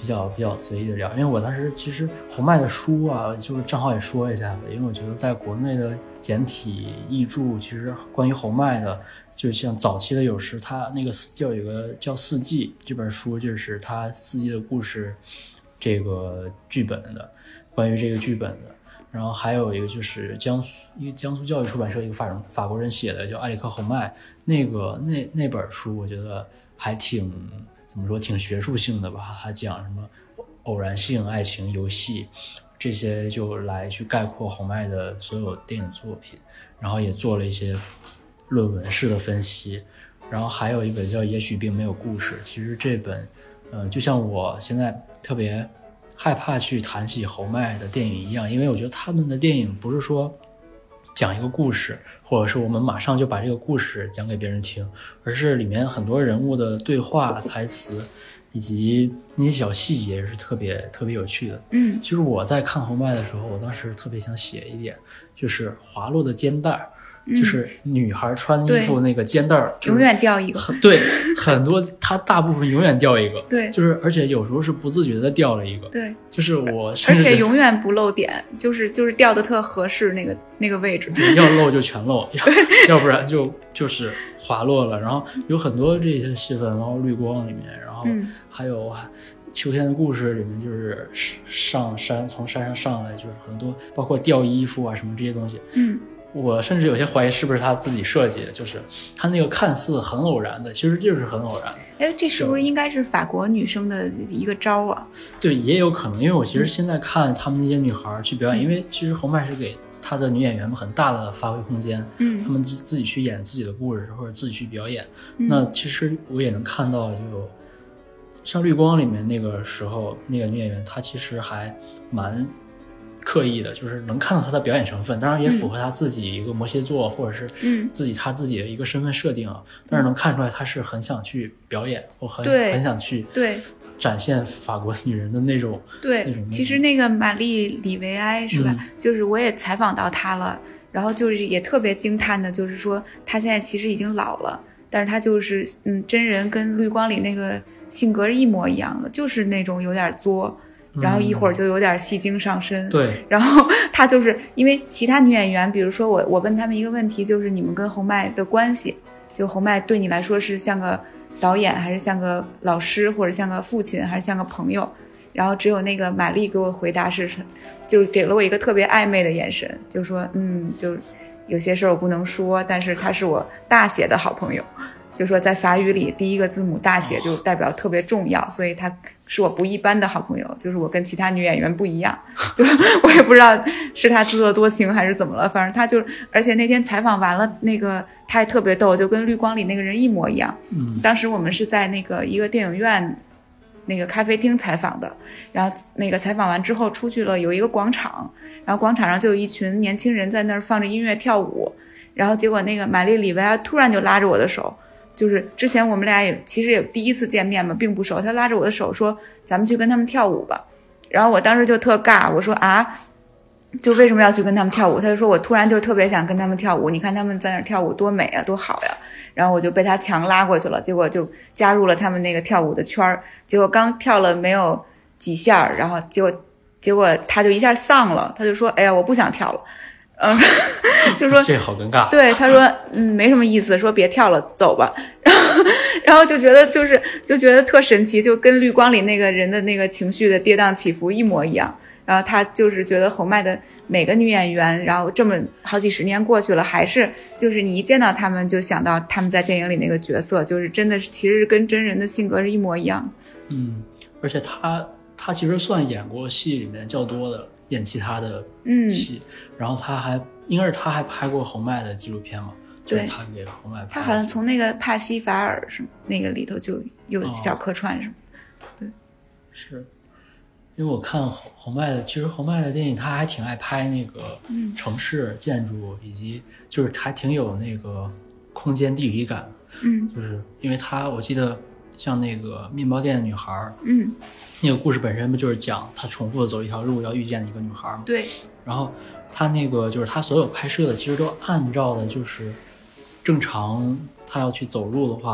比较比较随意的聊。因为我当时其实侯麦的书啊，就是正好也说一下吧，因为我觉得在国内的简体译著，其实关于侯麦的，就像早期的有时他那个叫有个叫《四季》这本书，就是他四季的故事这个剧本的，关于这个剧本的。然后还有一个就是江苏一个江苏教育出版社一个法人法国人写的叫埃里克侯麦，那个那那本书我觉得还挺怎么说挺学术性的吧，他讲什么偶然性、爱情、游戏这些就来去概括侯麦的所有电影作品，然后也做了一些论文式的分析。然后还有一本叫也许并没有故事，其实这本呃就像我现在特别害怕去谈起侯麦的电影一样，因为我觉得他们的电影不是说讲一个故事，或者是我们马上就把这个故事讲给别人听，而是里面很多人物的对话、台词以及那些小细节是特别特别有趣的。 嗯， 其实我在看侯麦的时候，我当时特别想写一点，就是滑落的肩带。就是女孩穿衣服那个肩带、就是、 永远掉一个， 对，很多她大部分永远掉一个， 对， 就是而且有时候是不自觉的掉了一个， 对， 就是我而且永远不露点，就是就是掉的特合适那个那个位置， 要露就全露，要要不然就就是滑落了。然后有很多这些戏份，然后绿光里面，然后还有秋天的故事里面，就是上山从山上上来，就是很多包括掉衣服啊什么这些东西， 嗯。 我甚至有些怀疑是不是他自己设计的，就是他那个看似很偶然的，其实就是很偶然的。 哎，这是不是应该是法国女生的一个招啊？ 对，也有可能，因为我其实现在看他们那些女孩去表演，嗯、因为其实侯麦是给他的女演员们很大的发挥空间， 嗯， 他们自自己去演自己的故事或者自己去表演。 嗯、 那其实我也能看到，就像绿光里面那个时候那个女演员，她其实还蛮刻意的，就是能看到他的表演成分，当然也符合他自己一个摩羯座、嗯、或者是自己他自己的一个身份设定啊、嗯。但是能看出来他是很想去表演，或很很想去对展现法国女人的那种对那种。 其实那个玛丽里维埃是吧、嗯？就是我也采访到她了，然后就是也特别惊叹的，就是说她现在其实已经老了，但是她就是嗯，真人跟绿光里那个性格是一模一样的，就是那种有点作。然后一会儿就有点戏精上身、 嗯、对， 然后他就是因为其他女演员，比如说我我问他们一个问题，就是你们跟侯麦的关系，就侯麦对你来说是像个导演还是像个老师或者像个父亲还是像个朋友，然后只有那个玛丽给我回答是就是给了我一个特别暧昧的眼神，就说嗯，就有些事儿我不能说，但是他是我大写的好朋友，就说在法语里第一个字母大写就代表特别重要，所以他是我不一般的好朋友，就是我跟其他女演员不一样，就我也不知道是他自作多情还是怎么了，反正他就而且那天采访完了，那个他也特别逗，就跟绿光里那个人一模一样。 嗯， 当时我们是在那个一个电影院那个咖啡厅采访的，然后那个采访完之后出去了，有一个广场，然后广场上就有一群年轻人在那儿放着音乐跳舞，然后结果那个玛丽里维埃突然就拉着我的手，就是之前我们俩也其实也第一次见面嘛，并不熟，他拉着我的手说咱们去跟他们跳舞吧，然后我当时就特尬，我说啊就为什么要去跟他们跳舞，他就说我突然就特别想跟他们跳舞，你看他们在那儿跳舞多美啊多好呀，然后我就被他强拉过去了，结果就加入了他们那个跳舞的圈儿，结果刚跳了没有几下，然后结果结果他就一下丧了，他就说哎呀我不想跳了，嗯，就说这好尴尬。 对，他说嗯没什么意思，说别跳了，走吧。然后然后就觉得就是就觉得特神奇，就跟绿光里那个人的那个情绪的跌宕起伏一模一样。然后他就是觉得侯麦的每个女演员，然后这么好几十年过去了，还是就是你一见到他们就想到他们在电影里那个角色，就是真的是其实跟真人的性格是一模一样。 嗯，而且他他其实算演过戏里面较多的。演其他的戏、嗯、然后他还应该是他还拍过侯麦的纪录片嘛， 对， 就是、他给侯麦拍， 他好像从那个帕西法尔什么那个里头就有小客串什么、哦、对， 是因为我看侯侯麦的，其实侯麦的电影他还挺爱拍那个城市建筑、嗯、以及就是还挺有那个空间地理感， 嗯， 就是因为他我记得像那个面包店的女孩， 嗯， 那个故事本身不就是讲他重复的走一条路要遇见一个女孩吗？ 对。 然后他那个就是他所有拍摄的其实都按照的就是正常他要去走路的话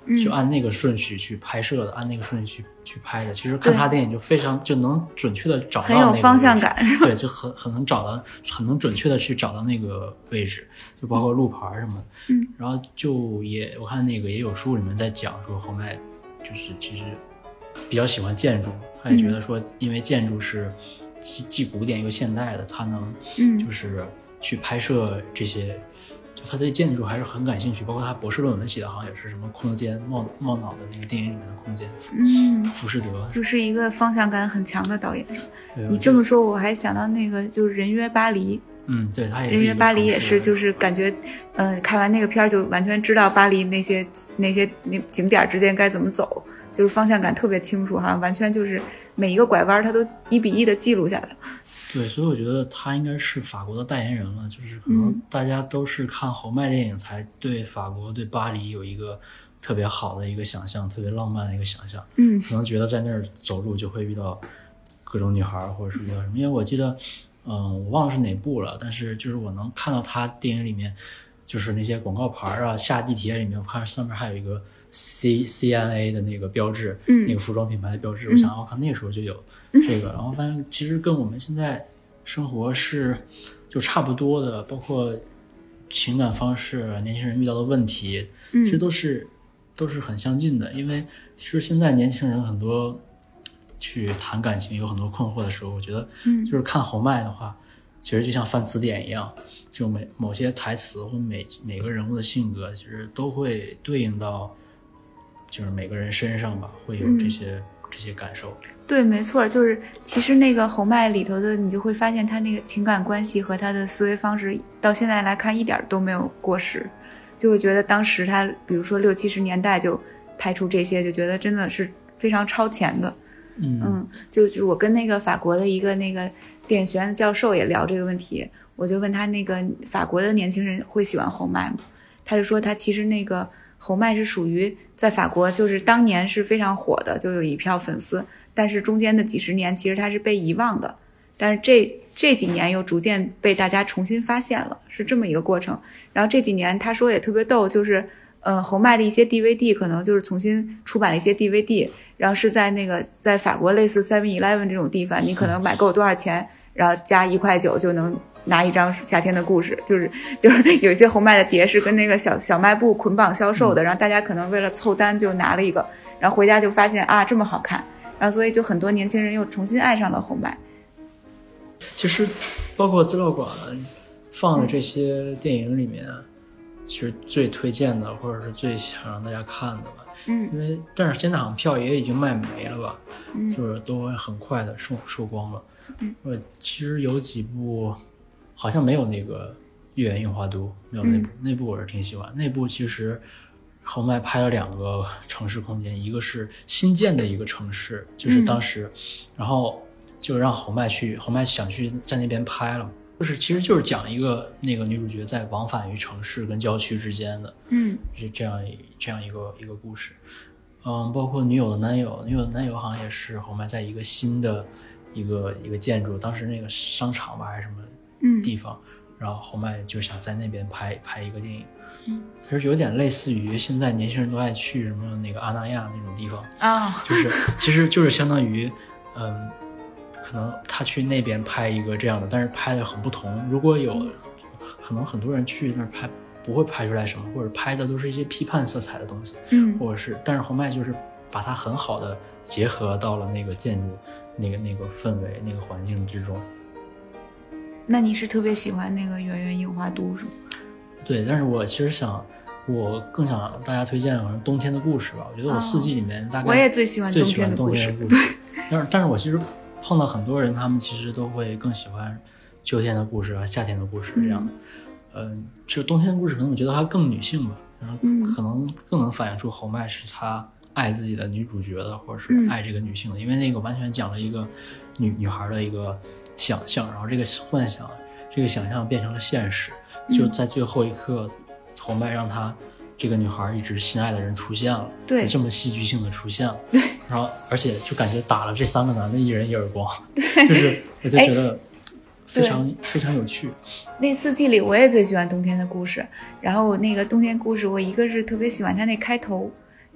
就按那个顺序去拍摄的，按那个顺序去去拍的。其实看他电影就非常就能准确的找到那个很有方向感， 对，就很很能找到，很能准确的去找到那个位置，就包括路牌什么的。 嗯， 然后就也我看那个也有书里面在讲说侯麦就是其实比较喜欢建筑，他也觉得说因为建筑是既既古典又现代的，他能就是去拍摄这些。就他对建筑还是很感兴趣，包括他博士论文写的好像也是什么空间冒冒脑的那个电影里面的空间， 嗯， 浮士德就是一个方向感很强的导演。你这么说我还想到那个就是人约巴黎， 嗯，对，他也是人约巴黎也是就是感觉嗯、呃，看完那个片儿就完全知道巴黎那些那些那景点之间该怎么走，就是方向感特别清楚哈，完全就是每一个拐弯他都一比一的记录下来。 对，所以我觉得他应该是法国的代言人了，就是可能大家都是看侯麦电影才对法国对巴黎有一个特别好的一个想象，特别浪漫的一个想象。 嗯， 可能觉得在那儿走路就会遇到各种女孩或者是遇到什么，因为我记得嗯我忘了是哪部了，但是就是我能看到他电影里面就是那些广告牌啊，下地铁里面我看上面还有一个 C C N A 的那个标志， 嗯， 那个服装品牌的标志，我想我看那时候就有这个，然后发现其实跟我们现在生活是就差不多的，包括情感方式、年轻人遇到的问题，其实都是、嗯、都是很相近的。因为其实现在年轻人很多去谈感情有很多困惑的时候，我觉得就是看侯麦的话，其实就像翻词典一样，就每某些台词或每每个人物的性格，其实都会对应到就是每个人身上吧，会有这些、嗯、这些感受。 对，没错，就是其实那个侯麦里头的，你就会发现他那个情感关系和他的思维方式，到现在来看一点都没有过时，就会觉得当时他比如说六七十年代就拍出这些，就觉得真的是非常超前的。 嗯嗯，就是我跟那个法国的一个那个电影学院的教授也聊这个问题，我就问他那个法国的年轻人会喜欢侯麦吗？他就说他其实那个侯麦是属于在法国就是当年是非常火的，就有一票粉丝，但是中间的几十年其实他是被遗忘的，但是这这几年又逐渐被大家重新发现了，是这么一个过程。然后这几年他说也特别逗，就是呃侯麦的一些 D V D 可能就是重新出版了一些 D V D， 然后是在那个在法国类似 seven eleven 这种地方，你可能买够多少钱，然后加一块九就能拿一张夏天的故事，就是就是有一些侯麦的碟是跟那个小小卖部捆绑销售的，然后大家可能为了凑单就拿了一个，然后回家就发现啊这么好看，然后所以就很多年轻人又重新爱上了侯麦。 其实包括资料馆放的这些电影里面、嗯、其实最推荐的或者是最想让大家看的吧， 嗯， 因为但是现在好像票也已经卖没了吧， 嗯， 就是都会很快的售售光了。 嗯， 我其实有几部好像没有那个月圆樱花都，没有那部、嗯、那部我是挺喜欢。那部其实侯麦拍了两个城市空间，一个是新建的一个城市，就是当时、嗯、然后就让侯麦去侯麦想去在那边拍了，就是其实就是讲一个那个女主角在往返于城市跟郊区之间的， 嗯， 是这样这样一个一个故事。嗯，包括女友的男友，女友的男友好像也是侯麦在一个新的一个一个建筑，当时那个商场吧还是什么地方、嗯、然后侯麦就想在那边拍拍一个电影。 嗯， 其实有点类似于现在年轻人都爱去什么那个阿那亚那种地方啊、 哦，就是其实就是相当于嗯可能他去那边拍一个这样的，但是拍的很不同。如果有可能很多人去那儿拍不会拍出来什么，或者拍的都是一些批判色彩的东西， 嗯， 或者是但是侯麦就是把它很好的结合到了那个建筑那个那个氛围那个环境之中。 那你是特别喜欢那个圆圆樱花都是吗？ 对，但是我其实想我更想大家推荐冬天的故事吧。我觉得我四季里面大概、 哦、我也最喜欢最喜欢冬天的故事，但是但是我其实碰到很多人，他们其实都会更喜欢秋天的故事啊、夏天的故事这样的。嗯、呃，其实冬天的故事可能我觉得它更女性吧，然后可能更能反映出侯麦是他爱自己的女主角的，或者是爱这个女性的，嗯、因为那个完全讲了一个女女孩的一个想象，然后这个幻想，这个想象变成了现实，就在最后一刻，侯麦让他这个女孩一直心爱的人出现了， 对， 这么戏剧性的出现了， 对， 然后而且就感觉打了这三个男的一人一耳光，对，就是我就觉得非常非常有趣。 那四季里我也最喜欢冬天的故事，然后那个冬天故事我一个是特别喜欢它那开头，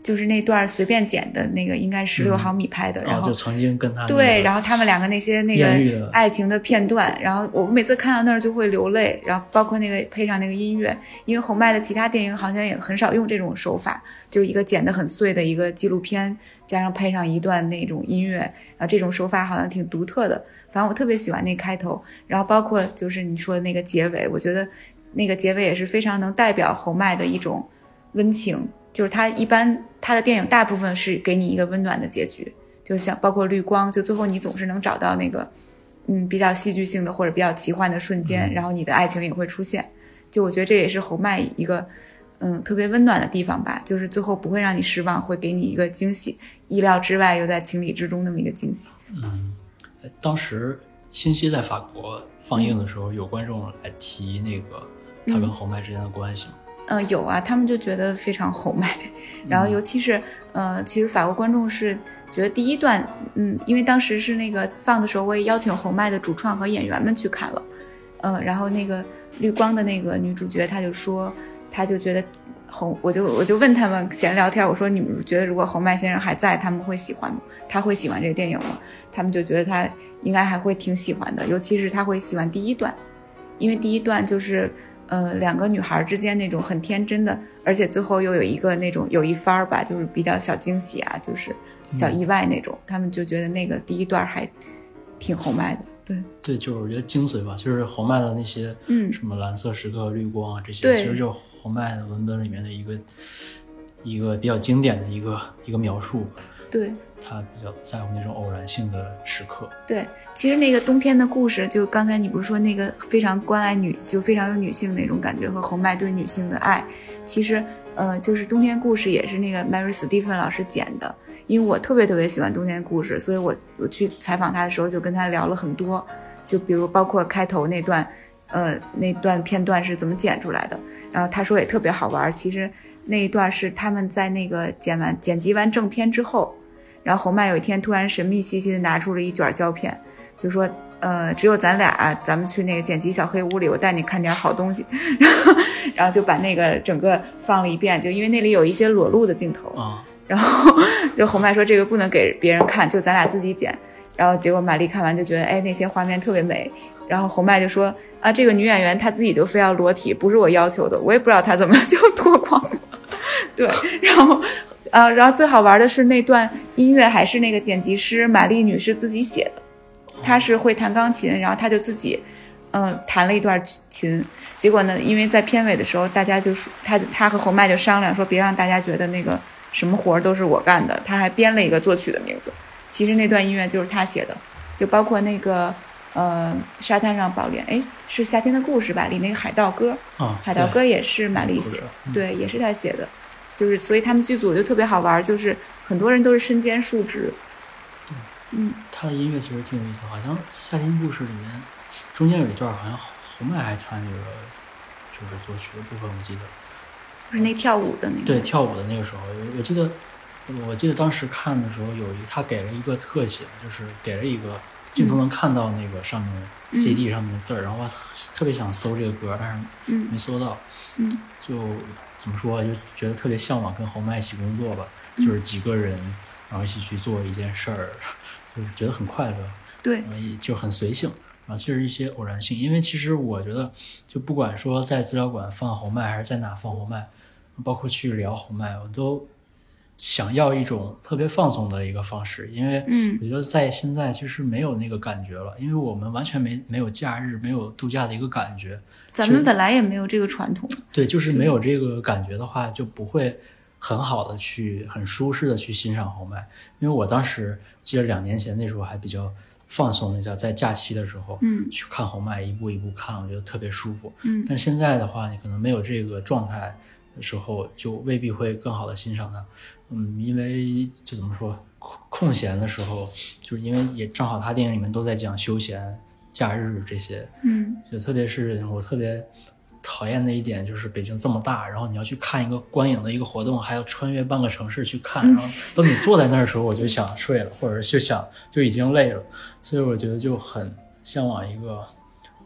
就是那段随便剪的那个应该十六毫米拍的、 嗯、 然后、 哦、就曾经跟他、那个、 对，然后他们两个那些那个爱情的片段，然后我每次看到那儿就会流泪，然后包括那个配上那个音乐，因为侯麦的其他电影好像也很少用这种手法，就一个剪得很碎的一个纪录片加上配上一段那种音乐，然后这种手法好像挺独特的，反正我特别喜欢那开头，然后包括就是你说的那个结尾，我觉得那个结尾也是非常能代表侯麦的一种温情，就是他一般他的电影大部分是给你一个温暖的结局，就像包括绿光，就最后你总是能找到那个嗯比较戏剧性的或者比较奇幻的瞬间、嗯、然后你的爱情也会出现，就我觉得这也是侯麦一个嗯特别温暖的地方吧，就是最后不会让你失望，会给你一个惊喜，意料之外又在情理之中那么一个惊喜。 嗯，当时新西在法国放映的时候、嗯、有观众来提那个他跟侯麦之间的关系吗？ 呃，有啊，他们就觉得非常侯麦，然后尤其是、嗯、呃，其实法国观众是觉得第一段，嗯，因为当时是那个放的时候，我也邀请侯麦的主创和演员们去看了，呃，然后那个绿光的那个女主角，她就说，她就觉得侯，我就我就问他们闲聊天，我说你们觉得如果侯麦先生还在，他们会喜欢吗？他会喜欢这个电影吗？他们就觉得他应该还会挺喜欢的，尤其是他会喜欢第一段，因为第一段就是。呃，两个女孩之间那种很天真的，而且最后又有一个那种有一番儿吧，就是比较小惊喜啊，就是小意外那种、嗯、他们就觉得那个第一段还挺侯麦的。对对，就是我觉得精髓吧，就是侯麦的那些嗯什么蓝色时刻、绿光啊这些， 对， 其实就是侯麦的文本里面的一个一个比较经典的一个一个描述。 对， 他比较在乎那种偶然性的时刻。 对，其实那个冬天的故事，就刚才你不是说那个非常关爱女，就非常有女性那种感觉和侯麦对女性的爱，其实呃，就是冬天故事也是那个 Mary Stephen 老师剪的，因为我特别特别喜欢冬天故事，所以我我去采访他的时候就跟他聊了很多，就比如包括开头那段呃那段片段是怎么剪出来的，然后他说也特别好玩，其实那一段是他们在那个剪完剪辑完正片之后，然后侯麦有一天突然神秘兮兮的拿出了一卷胶片，就说呃，只有咱俩，咱们去那个剪辑小黑屋里，我带你看点好东西，然后然后就把那个整个放了一遍，就因为那里有一些裸露的镜头啊， 然后就侯麦说这个不能给别人看，就咱俩自己剪，然后结果玛丽看完就觉得哎那些画面特别美，然后侯麦就说啊这个女演员她自己就非要裸体，不是我要求的，我也不知道她怎么就脱光了，对，然后呃，然后最好玩的是那段音乐还是那个剪辑师玛丽女士自己写的，她是会弹钢琴，然后她就自己嗯弹了一段琴，结果呢因为在片尾的时候大家就说她她和侯麦就商量说别让大家觉得那个什么活都是我干的，她还编了一个作曲的名字，其实那段音乐就是她写的，就包括那个呃沙滩上宝莲，哎是夏天的故事吧里那个海盗歌、 哦、 海盗歌也是玛丽写的、嗯、对也是她写的，就是所以他们剧组就特别好玩，就是很多人都是身兼数职。 对， 嗯， 他的音乐其实挺有意思，好像《夏天故事》里面中间有一段好像侯麦还参与了就是作曲的部分，我记得就是那跳舞的那个， 对跳舞的那个时候，我记得我记得当时看的时候有一他给了一个特写，就是给了一个镜头能看到那个上面、嗯、C D 上面的字儿，然后我特别想搜这个歌，但是没搜到， 嗯， 就怎么说就觉得特别向往跟侯麦一起工作吧、嗯、就是几个人然后一起去做一件事儿，就是觉得很快乐， 对， 就很随性，然后就是一些偶然性，因为其实我觉得就不管说在资料馆放侯麦还是在哪放侯麦，包括去聊侯麦，我都想要一种特别放松的一个方式，因为我觉得在现在其实没有那个感觉了，因为我们完全没没有假日没有度假的一个感觉， 咱们本来也没有这个传统， 对，就是没有这个感觉的话就不会很好的去很舒适的去欣赏侯麦，因为我当时记得两年前那时候还比较放松一下，在假期的时候嗯， 去看侯麦一步一步看，我觉得特别舒服， 嗯， 但现在的话你可能没有这个状态的时候就未必会更好的欣赏它，嗯，因为就怎么说空闲的时候，就是因为也正好他电影里面都在讲休闲假日这些， 嗯， 就特别是我特别讨厌的一点就是北京这么大，然后你要去看一个观影的一个活动还要穿越半个城市去看，然后等你坐在那儿的时候我就想睡了，或者就想就已经累了，所以我觉得就很向往一个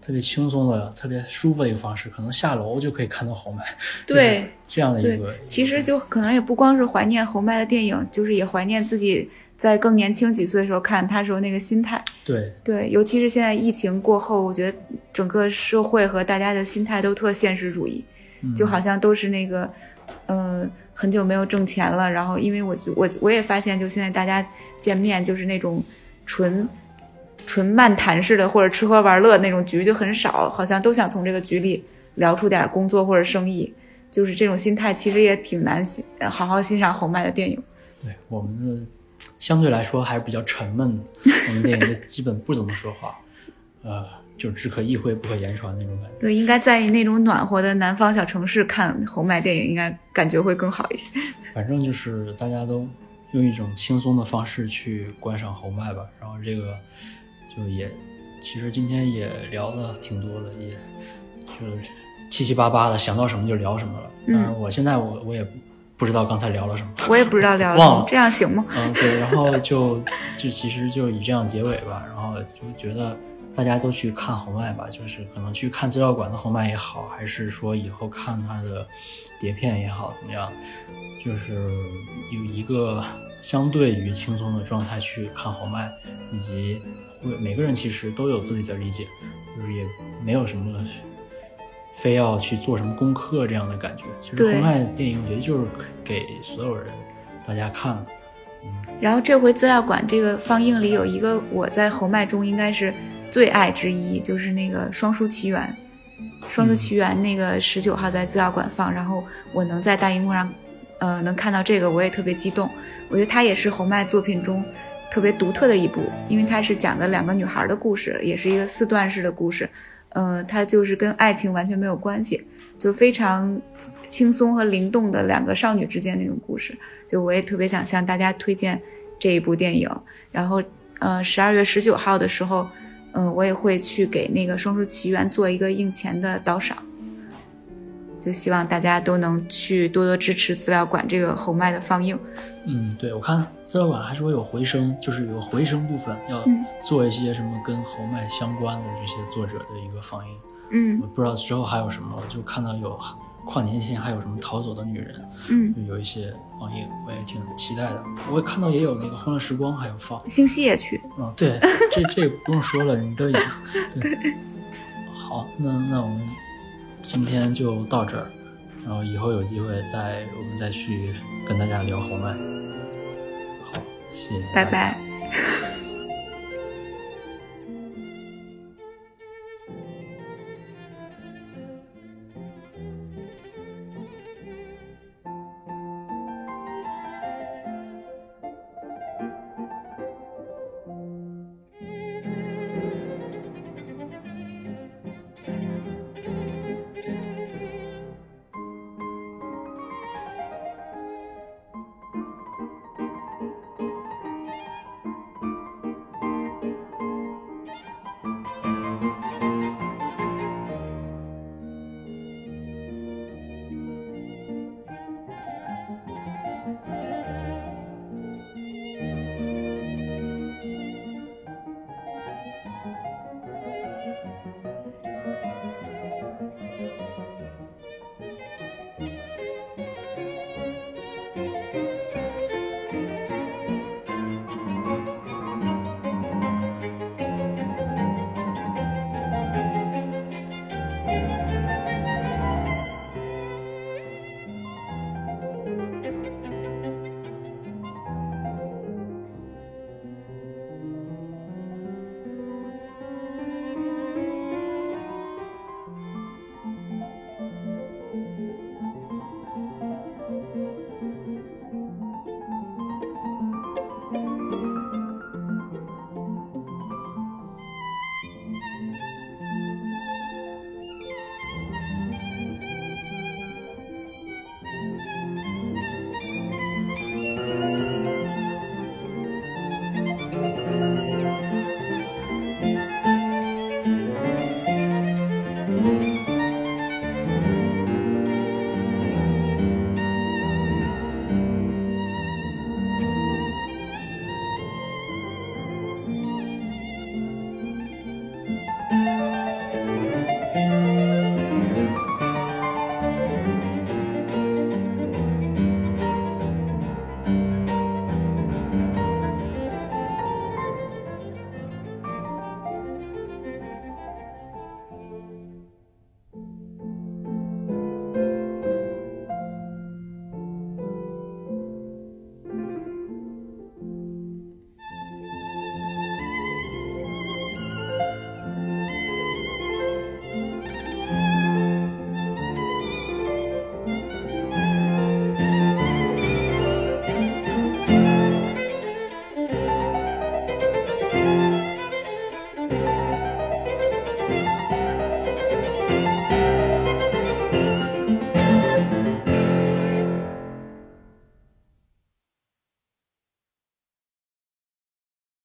特别轻松的、特别舒服的一个方式，可能下楼就可以看到侯麦。 对， 就是这样的一个。 其实就可能也不光是怀念侯麦的电影，就是也怀念自己在更年轻几岁的时候看他时候那个心态。 对对，尤其是现在疫情过后，我觉得整个社会和大家的心态都特现实主义， 嗯、 就好像都是那个，嗯、呃，很久没有挣钱了，然后因为我我我也发现，就现在大家见面就是那种纯纯漫谈式的或者吃喝玩乐那种局就很少，好像都想从这个局里聊出点工作或者生意，就是这种心态其实也挺难好好欣赏侯麦的电影。 对，我们的相对来说还是比较沉闷的，我们电影就基本不怎么说话，呃，就只可意会不可言传那种感觉。 对，应该在那种暖和的南方小城市看侯麦电影，应该感觉会更好一些。 反正就是大家都用一种轻松的方式去观赏侯麦吧，然后这个就也其实今天也聊的挺多了，也就是七七八八的，想到什么就聊什么了。当然我现在我我也不知道刚才聊了什么， 我也不知道聊了忘了， 这样行吗？ 嗯，对，然后就就其实就以这样结尾吧，然后就觉得大家都去看侯麦吧，就是可能去看资料馆的侯麦也好，还是说以后看他的碟片也好，怎么样，就是有一个相对于轻松的状态去看侯麦，以及每个人其实都有自己的理解，就是也没有什么非要去做什么功课这样的感觉。其实侯麦电影我觉得就是给所有人大家看的。嗯， 然后这回资料馆这个放映里有一个我在侯麦中应该是最爱之一，就是那个《双姝奇缘》。《双姝奇缘》那个十九号在资料馆放，然后我能在大荧幕上，呃，能看到这个，我也特别激动。我觉得它也是侯麦作品中特别独特的一部，因为它是讲的两个女孩的故事，也是一个四段式的故事。呃，它就是跟爱情完全没有关系，就是非常轻松和灵动的两个少女之间那种故事。就我也特别想向大家推荐这一部电影。然后，呃，十二月十九号的时候，嗯、呃，我也会去给那个《双姝奇缘》做一个映前的导赏。就希望大家都能去多多支持资料馆这个侯麦的放映。 嗯，对，我看资料馆还说有回声，就是有回声部分要做一些什么跟侯麦相关的这些作者的一个放映。 嗯， 我不知道之后还有什么，我就看到有跨年那天还有什么逃走的女人， 嗯， 就有一些放映，我也挺期待的。我看到也有那个欢乐时光还有放， 星系也去。 嗯，对，这这不用说了，你都已经 对, 对。好，那那我们今天就到这儿，然后以后有机会再我们再去跟大家聊侯麦。好，谢谢， 拜拜。